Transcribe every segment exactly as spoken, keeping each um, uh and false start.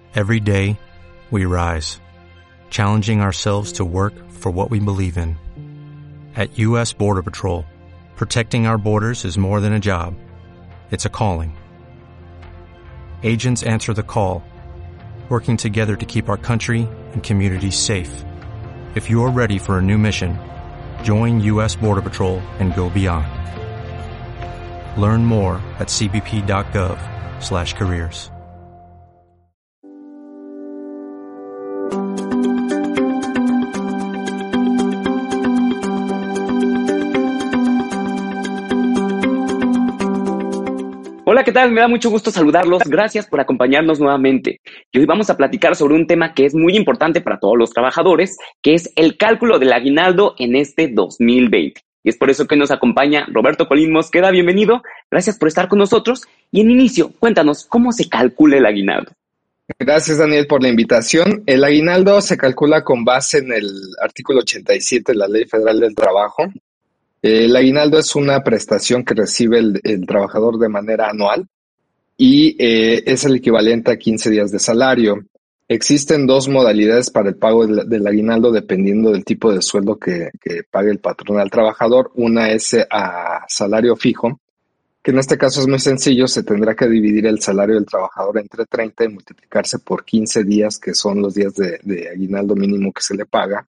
Every day, we rise, challenging ourselves to work for what we believe in. At U S Border Patrol, protecting our borders is more than a job. It's a calling. Agents answer the call, working together to keep our country and communities safe. If you're ready for a new mission, join U S Border Patrol and go beyond. Learn more at cbp.gov slash careers. Hola, ¿qué tal? Me da mucho gusto saludarlos. Gracias por acompañarnos nuevamente. Y hoy vamos a platicar sobre un tema que es muy importante para todos los trabajadores, que es el cálculo del aguinaldo en este dos mil veinte. Y es por eso que nos acompaña Roberto Colín Mosqueda. Bienvenido. Gracias por estar con nosotros. Y en inicio, cuéntanos, ¿cómo se calcula el aguinaldo? Gracias, Daniel, por la invitación. El aguinaldo se calcula con base en el artículo ochenta y siete de la Ley Federal del Trabajo. El aguinaldo es una prestación que recibe el, el trabajador de manera anual y eh, es el equivalente a quince días de salario. Existen dos modalidades para el pago del, del aguinaldo dependiendo del tipo de sueldo que, que pague el patrón al trabajador. Una es a salario fijo, que en este caso es muy sencillo. Se tendrá que dividir el salario del trabajador entre treinta y multiplicarse por quince días, que son los días de, de aguinaldo mínimo que se le paga.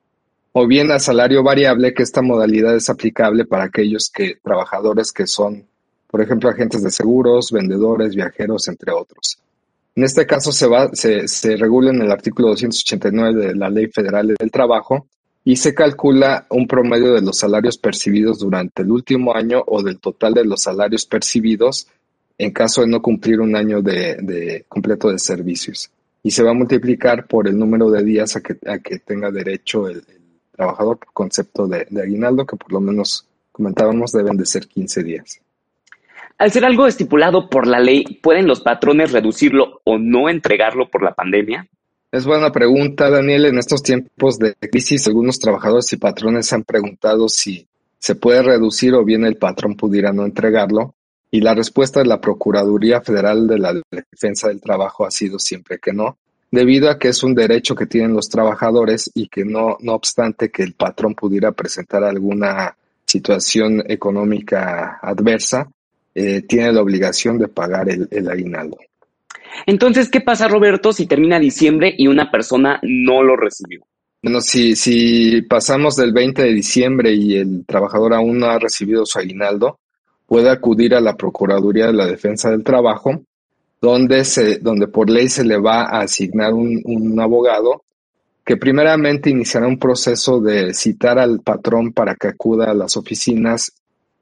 O bien a salario variable, que esta modalidad es aplicable para aquellos que trabajadores que son, por ejemplo, agentes de seguros, vendedores, viajeros, entre otros. En este caso se, va, se, se regula en el artículo doscientos ochenta y nueve de la Ley Federal del Trabajo y se calcula un promedio de los salarios percibidos durante el último año o del total de los salarios percibidos en caso de no cumplir un año de, de completo de servicios. Y se va a multiplicar por el número de días a que, a que tenga derecho el, el trabajador por concepto de, de aguinaldo, que por lo menos comentábamos deben de ser quince días. Al ser algo estipulado por la ley, ¿pueden los patrones reducirlo o no entregarlo por la pandemia? Es buena pregunta, Daniel. En estos tiempos de crisis, algunos trabajadores y patrones se han preguntado si se puede reducir o bien el patrón pudiera no entregarlo. Y la respuesta de la Procuraduría Federal de la Defensa del Trabajo ha sido siempre que no, debido a que es un derecho que tienen los trabajadores y que no, no obstante que el patrón pudiera presentar alguna situación económica adversa, eh, tiene la obligación de pagar el, el aguinaldo. Entonces, ¿qué pasa, Roberto, si termina diciembre y una persona no lo recibió? Bueno, si, si pasamos del veinte de diciembre y el trabajador aún no ha recibido su aguinaldo, puede acudir a la Procuraduría de la Defensa del Trabajo, donde se, donde por ley se le va a asignar un, un abogado que primeramente iniciará un proceso de citar al patrón para que acuda a las oficinas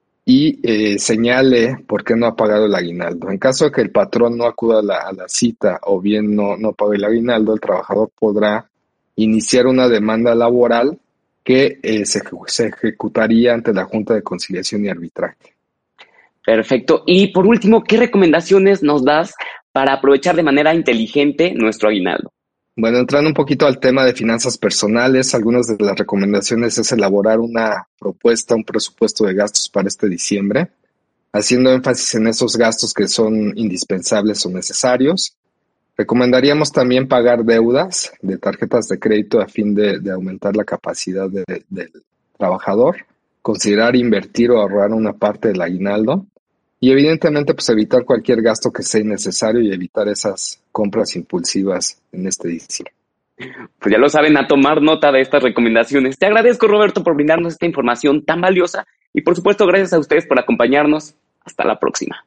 y eh, señale por qué no ha pagado el aguinaldo. En caso de que el patrón no acuda a la, a la cita o bien no, no pague el aguinaldo, el trabajador podrá iniciar una demanda laboral que eh, se, se ejecutaría ante la Junta de Conciliación y Arbitraje. Perfecto. Y por último, ¿qué recomendaciones nos das para aprovechar de manera inteligente nuestro aguinaldo? Bueno, entrando un poquito al tema de finanzas personales, algunas de las recomendaciones es elaborar una propuesta, un presupuesto de gastos para este diciembre, haciendo énfasis en esos gastos que son indispensables o necesarios. Recomendaríamos también pagar deudas de tarjetas de crédito a fin de, de aumentar la capacidad de, del trabajador, considerar invertir o ahorrar una parte del aguinaldo. Y evidentemente, pues evitar cualquier gasto que sea innecesario y evitar esas compras impulsivas en este diciembre. Pues ya lo saben, a tomar nota de estas recomendaciones. Te agradezco, Roberto, por brindarnos esta información tan valiosa y, por supuesto, gracias a ustedes por acompañarnos. Hasta la próxima.